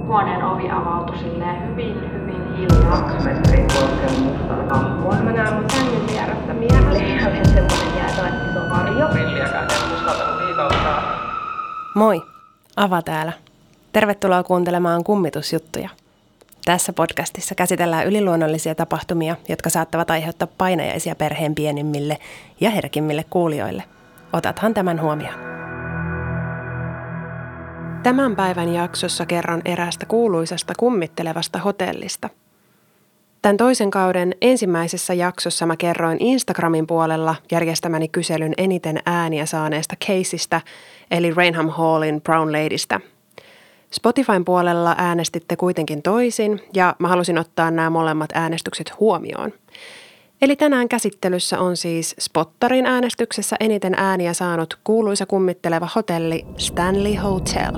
huoneen ovi avautui silleen hyvin hiljaa. 2 metriä korkean mustan hahmon. Mä näen mun sängyn vieressä miehen. Oli semmoinen jäätävän iso varjo. Villiäkään en uskaltanut viikauttaa. Moi, Ava täällä. Tervetuloa kuuntelemaan kummitusjuttuja. Tässä podcastissa käsitellään yliluonnollisia tapahtumia, jotka saattavat aiheuttaa painajaisia perheen pienimmille ja herkimmille kuulijoille. Otathan tämän huomioon. Tämän päivän jaksossa kerron eräästä kuuluisasta kummittelevasta hotellista. Tämän toisen kauden ensimmäisessä jaksossa mä kerroin Instagramin puolella järjestämäni kyselyn eniten ääniä saaneesta caseista, eli Rainham Hallin Brown Ladystä. Spotifyn puolella äänestitte kuitenkin toisin, ja mä halusin ottaa nämä molemmat äänestykset huomioon. Eli tänään käsittelyssä on siis Spottarin äänestyksessä eniten ääniä saanut kuuluisa kummitteleva hotelli Stanley Hotel.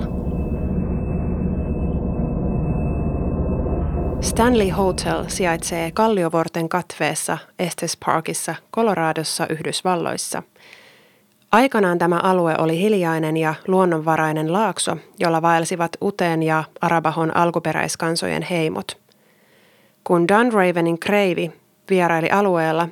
Stanley Hotel sijaitsee Kalliovuorten katveessa Estes Parkissa, Coloradossa, Yhdysvalloissa. Aikanaan tämä alue oli hiljainen ja luonnonvarainen laakso, jolla vaelsivat Uten ja Arabahon alkuperäiskansojen heimot. Kun Dunravenin kreivi vieraili alueella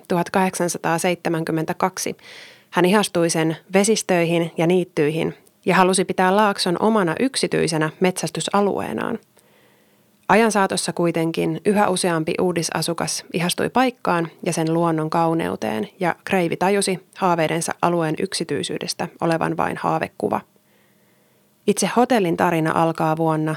1872, hän ihastui sen vesistöihin ja niittyihin ja halusi pitää laakson omana yksityisenä metsästysalueenaan. Ajan saatossa kuitenkin yhä useampi uudisasukas ihastui paikkaan ja sen luonnon kauneuteen, ja kreivi tajusi haaveidensa alueen yksityisyydestä olevan vain haavekuva. Itse hotellin tarina alkaa vuonna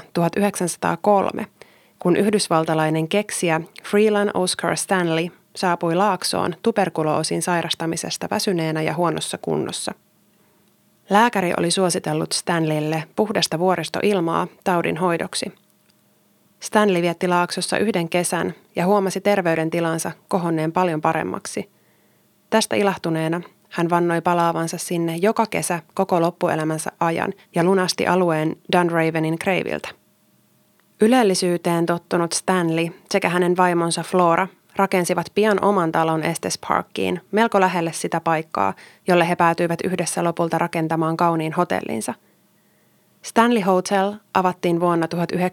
1903, kun yhdysvaltalainen keksijä Freeland Oscar Stanley saapui laaksoon tuberkuloosin sairastamisesta väsyneenä ja huonossa kunnossa. Lääkäri oli suositellut Stanleylle puhdasta vuoristoilmaa taudin hoidoksi. Stanley vietti laaksossa yhden kesän ja huomasi terveydentilansa kohonneen paljon paremmaksi. Tästä ilahtuneena hän vannoi palaavansa sinne joka kesä koko loppuelämänsä ajan ja lunasti alueen Dunravenin kreiviltä. Ylellisyyteen tottunut Stanley sekä hänen vaimonsa Flora rakensivat pian oman talon Estes Parkiin melko lähelle sitä paikkaa, jolle he päätyivät yhdessä lopulta rakentamaan kauniin hotellinsa. Stanley Hotel avattiin vuonna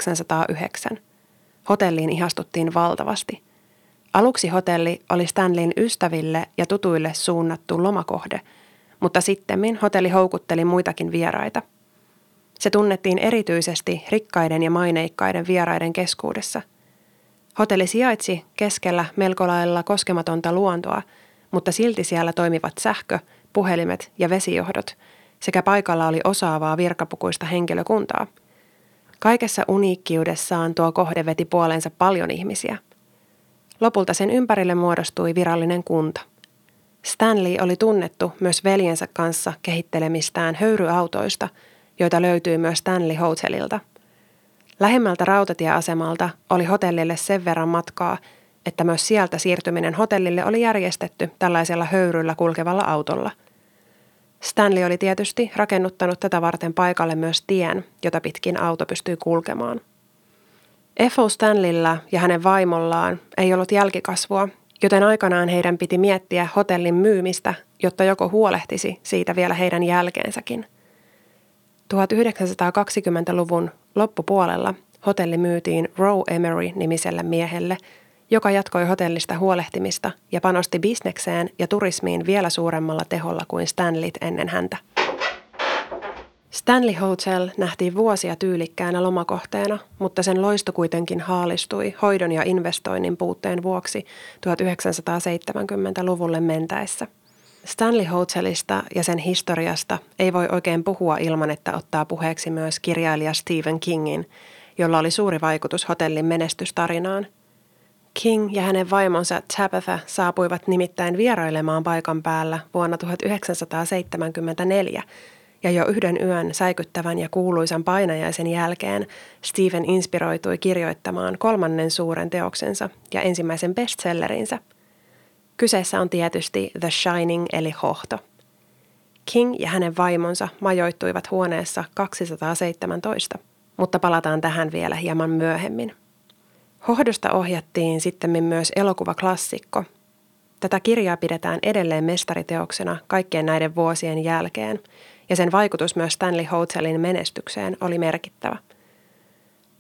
1909. Hotelliin ihastuttiin valtavasti. Aluksi hotelli oli Stanleyn ystäville ja tutuille suunnattu lomakohde, mutta sittemmin hotelli houkutteli muitakin vieraita. Se tunnettiin erityisesti rikkaiden ja maineikkaiden vieraiden keskuudessa. Hotelli sijaitsi keskellä melko lailla koskematonta luontoa, mutta silti siellä toimivat sähkö, puhelimet ja vesijohdot, sekä paikalla oli osaavaa virkapukuista henkilökuntaa. Kaikessa uniikkiudessaan tuo kohde veti puoleensa paljon ihmisiä. Lopulta sen ympärille muodostui virallinen kunta. Stanley oli tunnettu myös veljensä kanssa kehittelemistään höyryautoista, joita löytyi myös Stanley Hotelilta. Lähemmältä rautatieasemalta oli hotellille sen verran matkaa, että myös sieltä siirtyminen hotellille oli järjestetty tällaisella höyryllä kulkevalla autolla. Stanley oli tietysti rakennuttanut tätä varten paikalle myös tien, jota pitkin auto pystyi kulkemaan. F.O. Stanleyllä ja hänen vaimollaan ei ollut jälkikasvua, joten aikanaan heidän piti miettiä hotellin myymistä, jotta joko huolehtisi siitä vielä heidän jälkeensäkin. 1920-luvun loppupuolella hotelli myytiin Roe Emery-nimiselle miehelle, joka jatkoi hotellista huolehtimista ja panosti bisnekseen ja turismiin vielä suuremmalla teholla kuin Stanleyt ennen häntä. Stanley Hotel nähtiin vuosia tyylikkäänä lomakohteena, mutta sen loisto kuitenkin haalistui hoidon ja investoinnin puutteen vuoksi 1970-luvulle mentäessä. Stanley Hotelista ja sen historiasta ei voi oikein puhua ilman, että ottaa puheeksi myös kirjailija Stephen Kingin, jolla oli suuri vaikutus hotellin menestystarinaan. King ja hänen vaimonsa Tabitha saapuivat nimittäin vierailemaan paikan päällä vuonna 1974, ja jo yhden yön säikyttävän ja kuuluisan painajaisen jälkeen Stephen inspiroitui kirjoittamaan 3. suuren teoksensa ja ensimmäisen bestsellerinsä. Kyseessä on tietysti The Shining eli Hohto. King ja hänen vaimonsa majoittuivat huoneessa 217, mutta palataan tähän vielä hieman myöhemmin. Hohdosta ohjattiin sittemmin myös elokuvaklassikko. Tätä kirjaa pidetään edelleen mestariteoksena kaikkien näiden vuosien jälkeen, ja sen vaikutus myös Stanley Hotelin menestykseen oli merkittävä.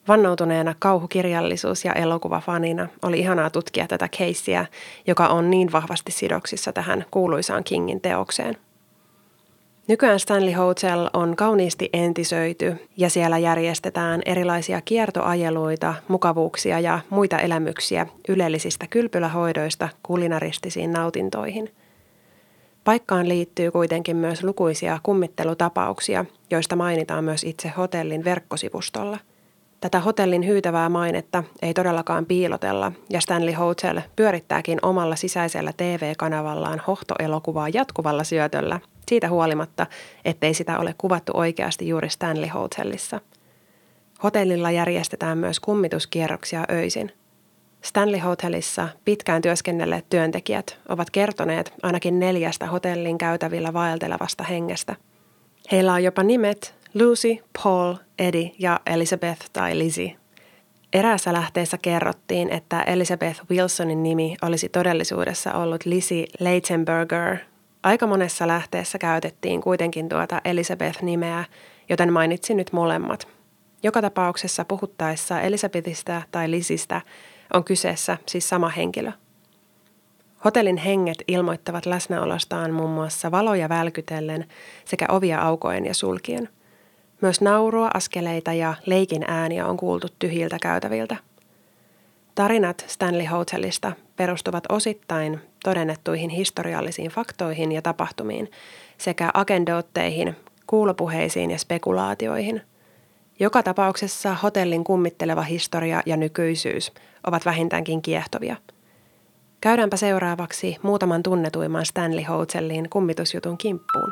Vannoutuneena kauhukirjallisuus- ja elokuvafanina oli ihanaa tutkia tätä keissiä, joka on niin vahvasti sidoksissa tähän kuuluisaan Kingin teokseen. Nykyään Stanley Hotel on kauniisti entisöity ja siellä järjestetään erilaisia kiertoajeluita, mukavuuksia ja muita elämyksiä ylellisistä kylpylähoidoista kulinaristisiin nautintoihin. Paikkaan liittyy kuitenkin myös lukuisia kummittelutapauksia, joista mainitaan myös itse hotellin verkkosivustolla. Tätä hotellin hyytävää mainetta ei todellakaan piilotella ja Stanley Hotel pyörittääkin omalla sisäisellä TV-kanavallaan hohtoelokuvaa jatkuvalla syötöllä, siitä huolimatta, ettei sitä ole kuvattu oikeasti juuri Stanley Hotellissa. Hotellilla järjestetään myös kummituskierroksia öisin. Stanley Hotellissa pitkään työskennelleet työntekijät ovat kertoneet ainakin 4 hotellin käytävillä vaeltelevasta hengestä. Heillä on jopa nimet Lucy, Paul, Eddie ja Elizabeth tai Lizzie. Eräässä lähteessä kerrottiin, että Elizabeth Wilsonin nimi olisi todellisuudessa ollut Lizzie Leitenberger. Aika monessa lähteessä käytettiin kuitenkin tuota Elizabeth-nimeä, joten mainitsin nyt molemmat. Joka tapauksessa puhuttaessa Elizabethistä tai Lizziestä on kyseessä siis sama henkilö. Hotellin henget ilmoittavat läsnäolostaan muun muassa valoja välkytellen sekä ovia aukoen ja sulkien. Myös naurua, askeleita ja leikin ääniä on kuultu tyhjiltä käytäviltä. Tarinat Stanley Hotellista perustuvat osittain todennettuihin historiallisiin faktoihin ja tapahtumiin sekä agendootteihin, kuulopuheisiin ja spekulaatioihin. Joka tapauksessa hotellin kummitteleva historia ja nykyisyys ovat vähintäänkin kiehtovia. Käydäänpä seuraavaksi muutaman tunnetuimman Stanley Hotellin kummitusjutun kimppuun.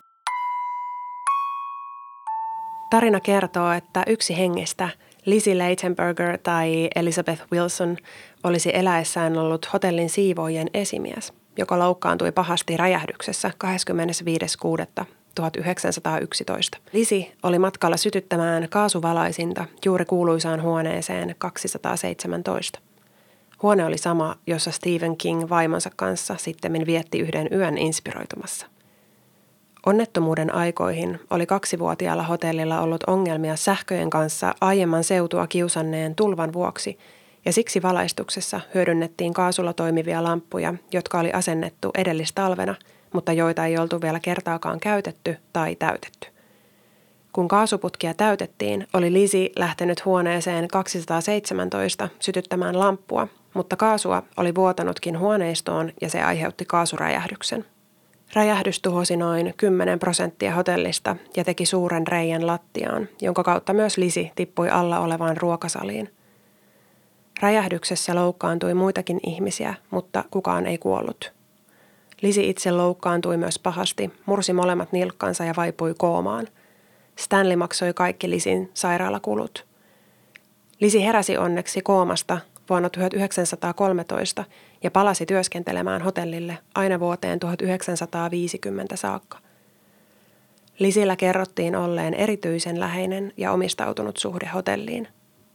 Tarina kertoo, että yksi hengistä, Lizzie Leitenberger tai Elizabeth Wilson, olisi eläessään ollut hotellin siivoojien esimies, joka loukkaantui pahasti räjähdyksessä 25.6.1911. Lizzie oli matkalla sytyttämään kaasuvalaisinta juuri kuuluisaan huoneeseen 217. Huone oli sama, jossa Stephen King vaimonsa kanssa sittemmin vietti yhden yön inspiroitumassa. Onnettomuuden aikoihin oli 2-vuotiaalla hotellilla ollut ongelmia sähköjen kanssa aiemman seutua kiusanneen tulvan vuoksi, ja siksi valaistuksessa hyödynnettiin kaasulla toimivia lamppuja, jotka oli asennettu edellistalvena, mutta joita ei oltu vielä kertaakaan käytetty tai täytetty. Kun kaasuputkia täytettiin, oli Lizzie lähtenyt huoneeseen 217 sytyttämään lamppua, mutta kaasua oli vuotanutkin huoneistoon ja se aiheutti kaasuräjähdyksen. Räjähdys tuhosi noin 10% hotellista ja teki suuren reijän lattiaan, jonka kautta myös Lizzie tippui alla olevaan ruokasaliin. Räjähdyksessä loukkaantui muitakin ihmisiä, mutta kukaan ei kuollut. Lizzie itse loukkaantui myös pahasti, mursi molemmat nilkkansa ja vaipui koomaan. Stanley maksoi kaikki Lizzien sairaalakulut. Lizzie heräsi onneksi koomasta vuonna 1913 ja palasi työskentelemään hotellille aina vuoteen 1950 saakka. Lizzillä kerrottiin olleen erityisen läheinen ja omistautunut suhde hotelliin.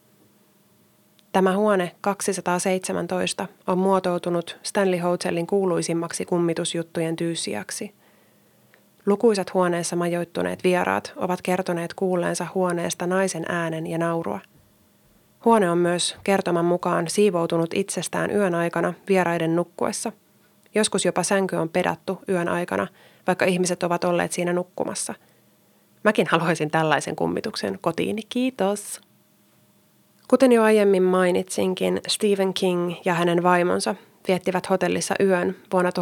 Tämä huone 217 on muotoutunut Stanley Hotellin kuuluisimmaksi kummitusjuttujen tyyssijaksi. Lukuisat huoneessa majoittuneet vieraat ovat kertoneet kuulleensa huoneesta naisen äänen ja naurua. Huone on myös kertoman mukaan siivoutunut itsestään yön aikana vieraiden nukkuessa. Joskus jopa sänky on pedattu yön aikana, vaikka ihmiset ovat olleet siinä nukkumassa. Mäkin haluaisin tällaisen kummituksen kotiini, kiitos. Kuten jo aiemmin mainitsinkin, Stephen King ja hänen vaimonsa viettivät hotellissa yön vuonna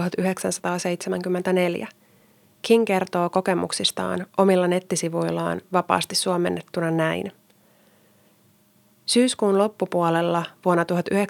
1974. King kertoo kokemuksistaan omilla nettisivuillaan vapaasti suomennettuna näin. Syyskuun loppupuolella vuonna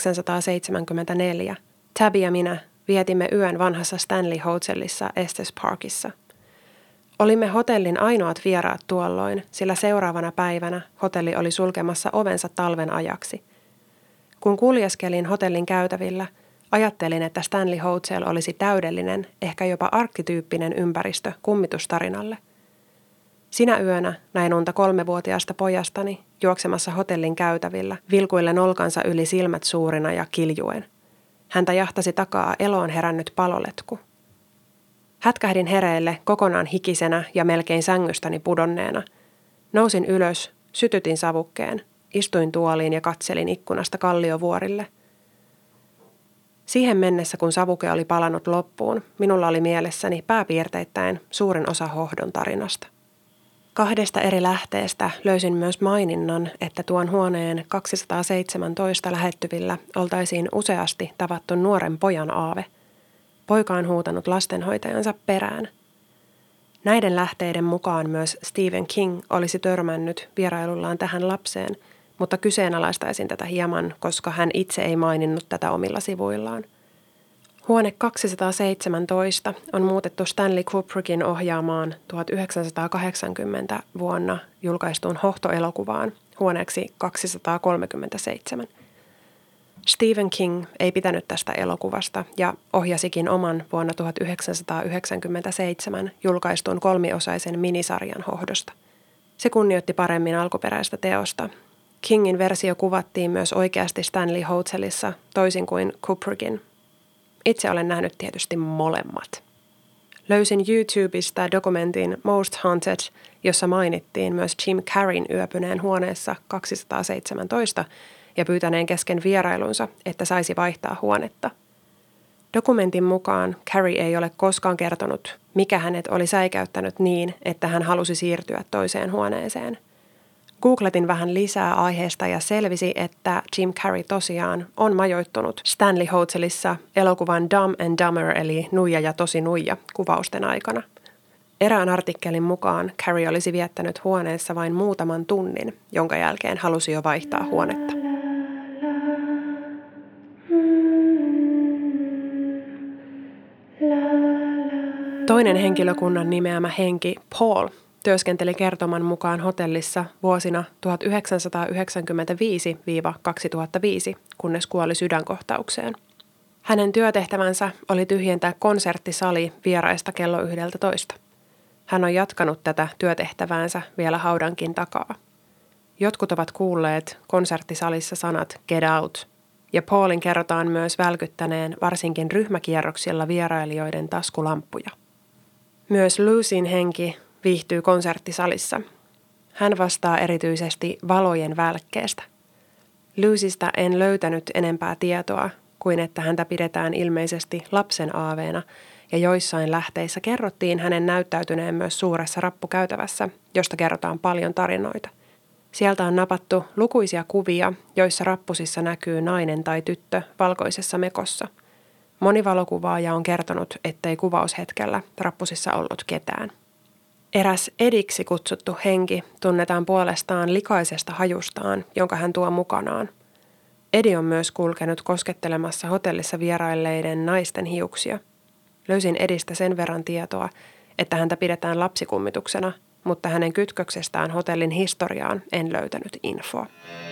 1974 Tabby ja minä vietimme yön vanhassa Stanley Hotellissa Estes Parkissa. Olimme hotellin ainoat vieraat tuolloin, sillä seuraavana päivänä hotelli oli sulkemassa ovensa talven ajaksi. Kun kuljeskelin hotellin käytävillä, ajattelin, että Stanley Hotel olisi täydellinen, ehkä jopa arkkityyppinen ympäristö kummitustarinalle. Sinä yönä näin unta 3-vuotiaasta pojastani juoksemassa hotellin käytävillä, vilkuillen olkansa yli silmät suurina ja kiljuen. Häntä jahtasi takaa eloon herännyt paloletku. Hätkähdin hereille kokonaan hikisenä ja melkein sängystäni pudonneena. Nousin ylös, sytytin savukkeen, istuin tuoliin ja katselin ikkunasta kalliovuorille. Siihen mennessä, kun savuke oli palannut loppuun, minulla oli mielessäni pääpiirteittäin suurin osa Hohdon tarinasta. 2 eri lähteestä löysin myös maininnan, että tuon huoneen 217 lähettyvillä oltaisiin useasti tavattu nuoren pojan aave. Poika on huutanut lastenhoitajansa perään. Näiden lähteiden mukaan myös Stephen King olisi törmännyt vierailullaan tähän lapseen, mutta kyseenalaistaisin tätä hieman, koska hän itse ei maininnut tätä omilla sivuillaan. Huone 217 on muutettu Stanley Kubrickin ohjaamaan 1980 vuonna julkaistuun Hohto-elokuvaan huoneeksi 237. Stephen King ei pitänyt tästä elokuvasta ja ohjasikin oman vuonna 1997 julkaistun 3-osaisen minisarjan Hohdosta. Se kunnioitti paremmin alkuperäistä teosta. Kingin versio kuvattiin myös oikeasti Stanley Hotelissa, toisin kuin Kubrickin. Itse olen nähnyt tietysti molemmat. Löysin YouTubesta dokumentin Most Haunted, jossa mainittiin myös Jim Carreyn yöpyneen huoneessa 217 ja pyytäneen kesken vierailunsa, että saisi vaihtaa huonetta. Dokumentin mukaan Carrey ei ole koskaan kertonut, mikä hänet oli säikäyttänyt niin, että hän halusi siirtyä toiseen huoneeseen. Googletin vähän lisää aiheesta ja selvisi, että Jim Carrey tosiaan on majoittunut Stanley Hotelissa elokuvan Dumb and Dumber eli Nuija ja tosi nuija kuvausten aikana. Erään artikkelin mukaan Carrey olisi viettänyt huoneessa vain muutaman tunnin, jonka jälkeen halusi jo vaihtaa huonetta. Toinen henkilökunnan nimeämä henki, Paul, työskenteli kertoman mukaan hotellissa vuosina 1995–2005, kunnes kuoli sydänkohtaukseen. Hänen työtehtävänsä oli tyhjentää konserttisali vieraista kello 11. Hän on jatkanut tätä työtehtäväänsä vielä haudankin takaa. Jotkut ovat kuulleet konserttisalissa sanat Get Out, ja Paulin kerrotaan myös välkyttäneen varsinkin ryhmäkierroksilla vierailijoiden taskulamppuja. Myös Lucyn henki viihtyy konserttisalissa. Hän vastaa erityisesti valojen välkkeestä. Lucystä en löytänyt enempää tietoa kuin että häntä pidetään ilmeisesti lapsen aaveena ja joissain lähteissä kerrottiin hänen näyttäytyneen myös suuressa rappukäytävässä, josta kerrotaan paljon tarinoita. Sieltä on napattu lukuisia kuvia, joissa rappusissa näkyy nainen tai tyttö valkoisessa mekossa. Moni valokuvaaja on kertonut, ettei kuvaushetkellä rappusissa ollut ketään. Eräs Ediksi kutsuttu henki tunnetaan puolestaan likaisesta hajustaan, jonka hän tuo mukanaan. Edi on myös kulkenut koskettelemassa hotellissa vierailleiden naisten hiuksia. Löysin Edistä sen verran tietoa, että häntä pidetään lapsikummituksena, mutta hänen kytköksestään hotellin historiaan en löytänyt infoa.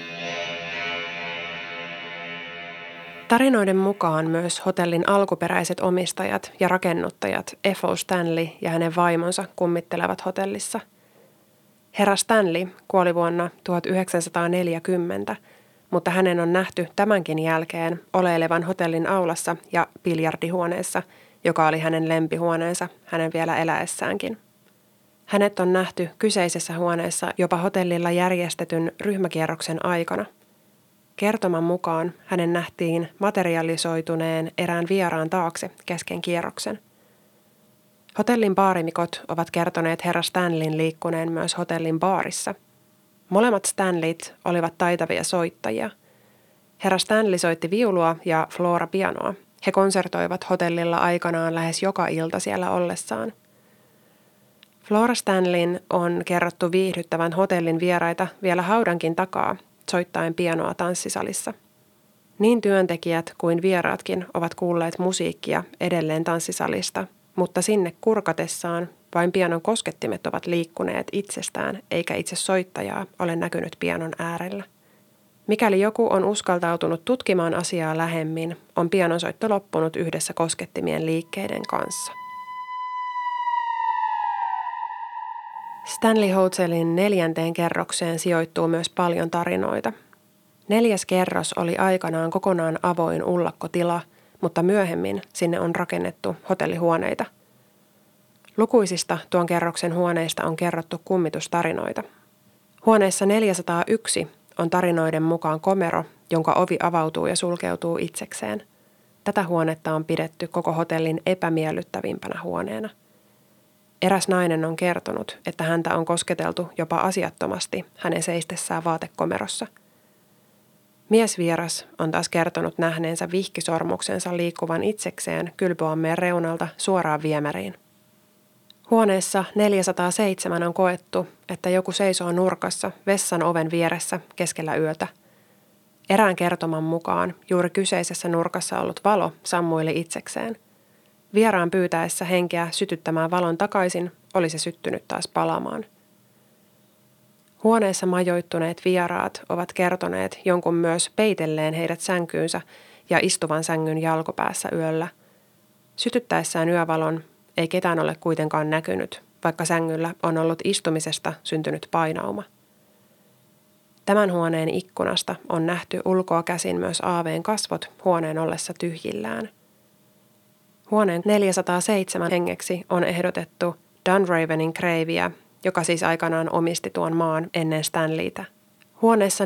Tarinoiden mukaan myös hotellin alkuperäiset omistajat ja rakennuttajat F.O. Stanley ja hänen vaimonsa kummittelevat hotellissa. Herra Stanley kuoli vuonna 1940, mutta hänen on nähty tämänkin jälkeen oleilevan hotellin aulassa ja biljardihuoneessa, joka oli hänen lempihuoneensa hänen vielä eläessäänkin. Hänet on nähty kyseisessä huoneessa jopa hotellilla järjestetyn ryhmäkierroksen aikana. Kertoman mukaan hänen nähtiin materialisoituneen erään vieraan taakse kesken kierroksen. Hotellin baarimikot ovat kertoneet herra Stanleyn liikkuneen myös hotellin baarissa. Molemmat Stanleyt olivat taitavia soittajia. Herra Stanley soitti viulua ja Flora pianoa. He konsertoivat hotellilla aikanaan lähes joka ilta siellä ollessaan. Flora Stanleyn on kerrottu viihdyttävän hotellin vieraita vielä haudankin takaa, soittaen pianoa tanssisalissa. Niin työntekijät kuin vieraatkin ovat kuulleet musiikkia edelleen tanssisalista, mutta sinne kurkatessaan vain pianon koskettimet ovat liikkuneet itsestään, eikä itse soittajaa ole näkynyt pianon äärellä. Mikäli joku on uskaltautunut tutkimaan asiaa lähemmin, on pianonsoitto loppunut yhdessä koskettimien liikkeiden kanssa. Stanley Hotelin 4. kerrokseen sijoittuu myös paljon tarinoita. 4. kerros oli aikanaan kokonaan avoin ullakkotila, mutta myöhemmin sinne on rakennettu hotellihuoneita. Lukuisista tuon kerroksen huoneista on kerrottu kummitustarinoita. Huoneessa 401 on tarinoiden mukaan komero, jonka ovi avautuu ja sulkeutuu itsekseen. Tätä huonetta on pidetty koko hotellin epämiellyttävimpänä huoneena. Eräs nainen on kertonut, että häntä on kosketeltu jopa asiattomasti hänen seistessään vaatekomerossa. Miesvieras on taas kertonut nähneensä vihkisormuksensa liikkuvan itsekseen kylpyammeen reunalta suoraan viemäriin. Huoneessa 407 on koettu, että joku seisoo nurkassa vessan oven vieressä keskellä yötä. Erään kertoman mukaan juuri kyseisessä nurkassa ollut valo sammuili itsekseen. Vieraan pyytäessä henkeä sytyttämään valon takaisin oli se syttynyt taas palamaan. Huoneessa majoittuneet vieraat ovat kertoneet jonkun myös peitelleen heidät sänkyynsä ja istuvan sängyn jalkopäässä yöllä. Sytyttäessään yövalon ei ketään ole kuitenkaan näkynyt, vaikka sängyllä on ollut istumisesta syntynyt painauma. Tämän huoneen ikkunasta on nähty ulkoa käsin myös aaveen kasvot huoneen ollessa tyhjillään. Huoneen 407 hengeksi on ehdotettu Dunravenin kreiviä, joka siis aikanaan omisti tuon maan ennen Stanleytä. Huoneessa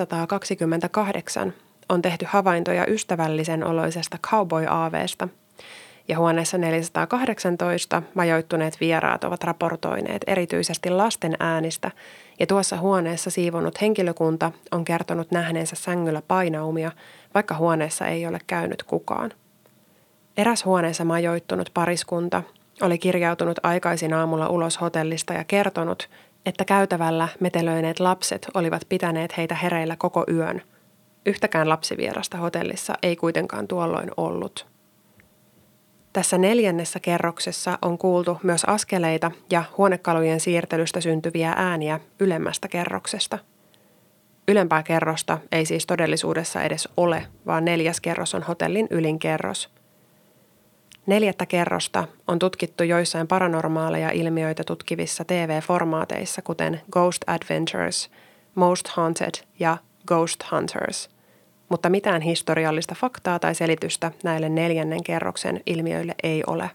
428 on tehty havaintoja ystävällisen oloisesta cowboy-aaveesta, ja huoneessa 418 majoittuneet vieraat ovat raportoineet erityisesti lasten äänistä, ja tuossa huoneessa siivonut henkilökunta on kertonut nähneensä sängyllä painaumia, vaikka huoneessa ei ole käynyt kukaan. Eräs huoneessa majoittunut pariskunta oli kirjautunut aikaisin aamulla ulos hotellista ja kertonut, että käytävällä metelöineet lapset olivat pitäneet heitä hereillä koko yön. Yhtäkään lapsivierasta hotellissa ei kuitenkaan tuolloin ollut. Tässä 4. kerroksessa on kuultu myös askeleita ja huonekalujen siirtelystä syntyviä ääniä ylemmästä kerroksesta. Ylempää kerrosta ei siis todellisuudessa edes ole, vaan 4. kerros on hotellin ylin kerros. 4. kerrosta on tutkittu joissain paranormaaleja ilmiöitä tutkivissa TV-formaateissa, kuten Ghost Adventures, Most Haunted ja Ghost Hunters, mutta mitään historiallista faktaa tai selitystä näille 4. kerroksen ilmiöille ei ole.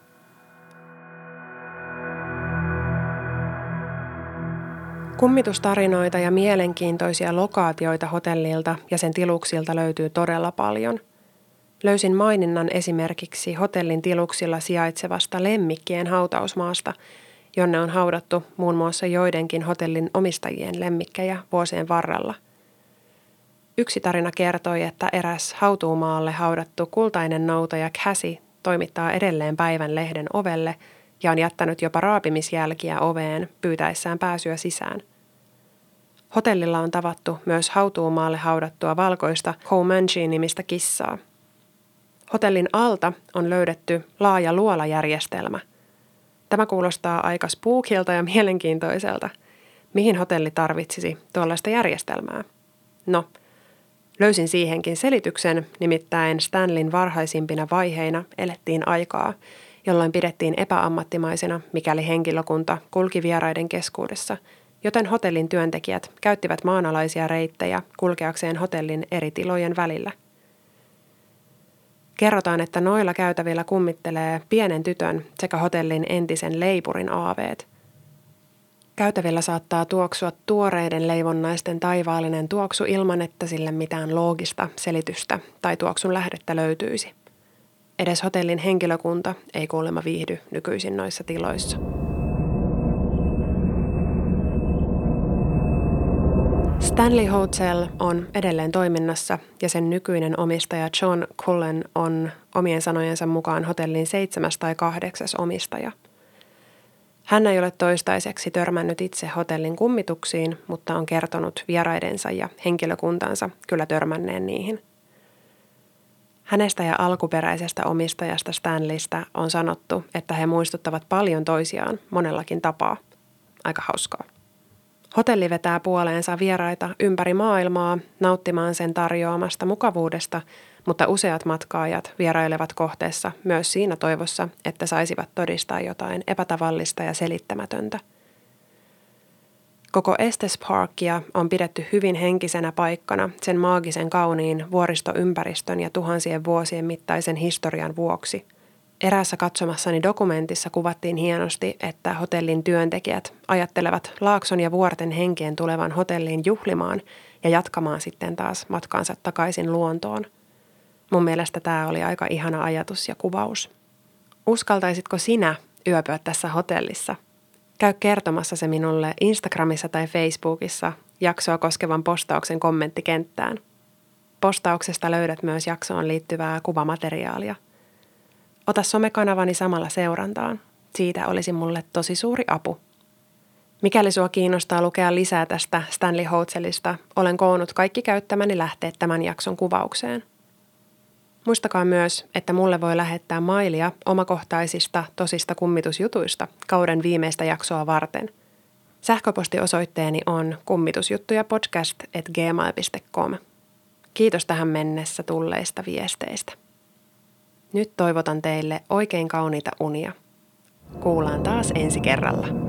Kummitustarinoita ja mielenkiintoisia lokaatioita hotellilta ja sen tiluksilta löytyy todella paljon. Löysin maininnan esimerkiksi hotellin tiluksilla sijaitsevasta lemmikkien hautausmaasta, jonne on haudattu muun muassa joidenkin hotellin omistajien lemmikkejä vuosien varrella. Yksi tarina kertoi, että eräs hautuumaalle haudattu kultainen noutaja Cassie toimittaa edelleen päivän lehden ovelle ja on jättänyt jopa raapimisjälkiä oveen pyytäessään pääsyä sisään. Hotellilla on tavattu myös hautuumaalle haudattua valkoista Comanche-nimistä kissaa. Hotellin alta on löydetty laaja luolajärjestelmä. Tämä kuulostaa aika spookilta ja mielenkiintoiselta. Mihin hotelli tarvitsisi tuollaista järjestelmää? No, löysin siihenkin selityksen, nimittäin Stanleyn varhaisimpina vaiheina elettiin aikaa, jolloin pidettiin epäammattimaisena, mikäli henkilökunta kulki vieraiden keskuudessa, joten hotellin työntekijät käyttivät maanalaisia reittejä kulkeakseen hotellin eri tilojen välillä. Kerrotaan, että noilla käytävillä kummittelee pienen tytön sekä hotellin entisen leipurin aaveet. Käytävillä saattaa tuoksua tuoreiden leivonnaisten taivaallinen tuoksu ilman, että sille mitään loogista selitystä tai tuoksun lähdettä löytyisi. Edes hotellin henkilökunta ei kuulemma viihdy nykyisin noissa tiloissa. Stanley Hotel on edelleen toiminnassa ja sen nykyinen omistaja John Cullen on omien sanojensa mukaan hotellin 7. tai 8. omistaja. Hän ei ole toistaiseksi törmännyt itse hotellin kummituksiin, mutta on kertonut vieraidensa ja henkilökuntansa kyllä törmänneen niihin. Hänestä ja alkuperäisestä omistajasta Stanleystä on sanottu, että he muistuttavat paljon toisiaan monellakin tapaa. Aika hauskaa. Hotelli vetää puoleensa vieraita ympäri maailmaa nauttimaan sen tarjoamasta mukavuudesta, mutta useat matkaajat vierailevat kohteessa myös siinä toivossa, että saisivat todistaa jotain epätavallista ja selittämätöntä. Koko Estes Parkia on pidetty hyvin henkisenä paikkana sen maagisen kauniin vuoristoympäristön ja tuhansien vuosien mittaisen historian vuoksi. Eräässä katsomassani dokumentissa kuvattiin hienosti, että hotellin työntekijät ajattelevat Laakson ja vuorten henkien tulevan hotelliin juhlimaan ja jatkamaan sitten taas matkaansa takaisin luontoon. Mun mielestä tämä oli aika ihana ajatus ja kuvaus. Uskaltaisitko sinä yöpyä tässä hotellissa? Käy kertomassa se minulle Instagramissa tai Facebookissa jaksoa koskevan postauksen kommenttikenttään. Postauksesta löydät myös jaksoon liittyvää kuvamateriaalia. Ota somekanavani samalla seurantaan. Siitä olisi mulle tosi suuri apu. Mikäli sua kiinnostaa lukea lisää tästä Stanley Hoazelista, olen koonnut kaikki käyttämäni lähteet tämän jakson kuvaukseen. Muistakaa myös, että mulle voi lähettää mailia omakohtaisista tosista kummitusjutuista kauden viimeistä jaksoa varten. Sähköpostiosoitteeni on kummitusjuttujapodcast@gmail.com. Kiitos tähän mennessä tulleista viesteistä. Nyt toivotan teille oikein kauniita unia. Kuullaan taas ensi kerralla.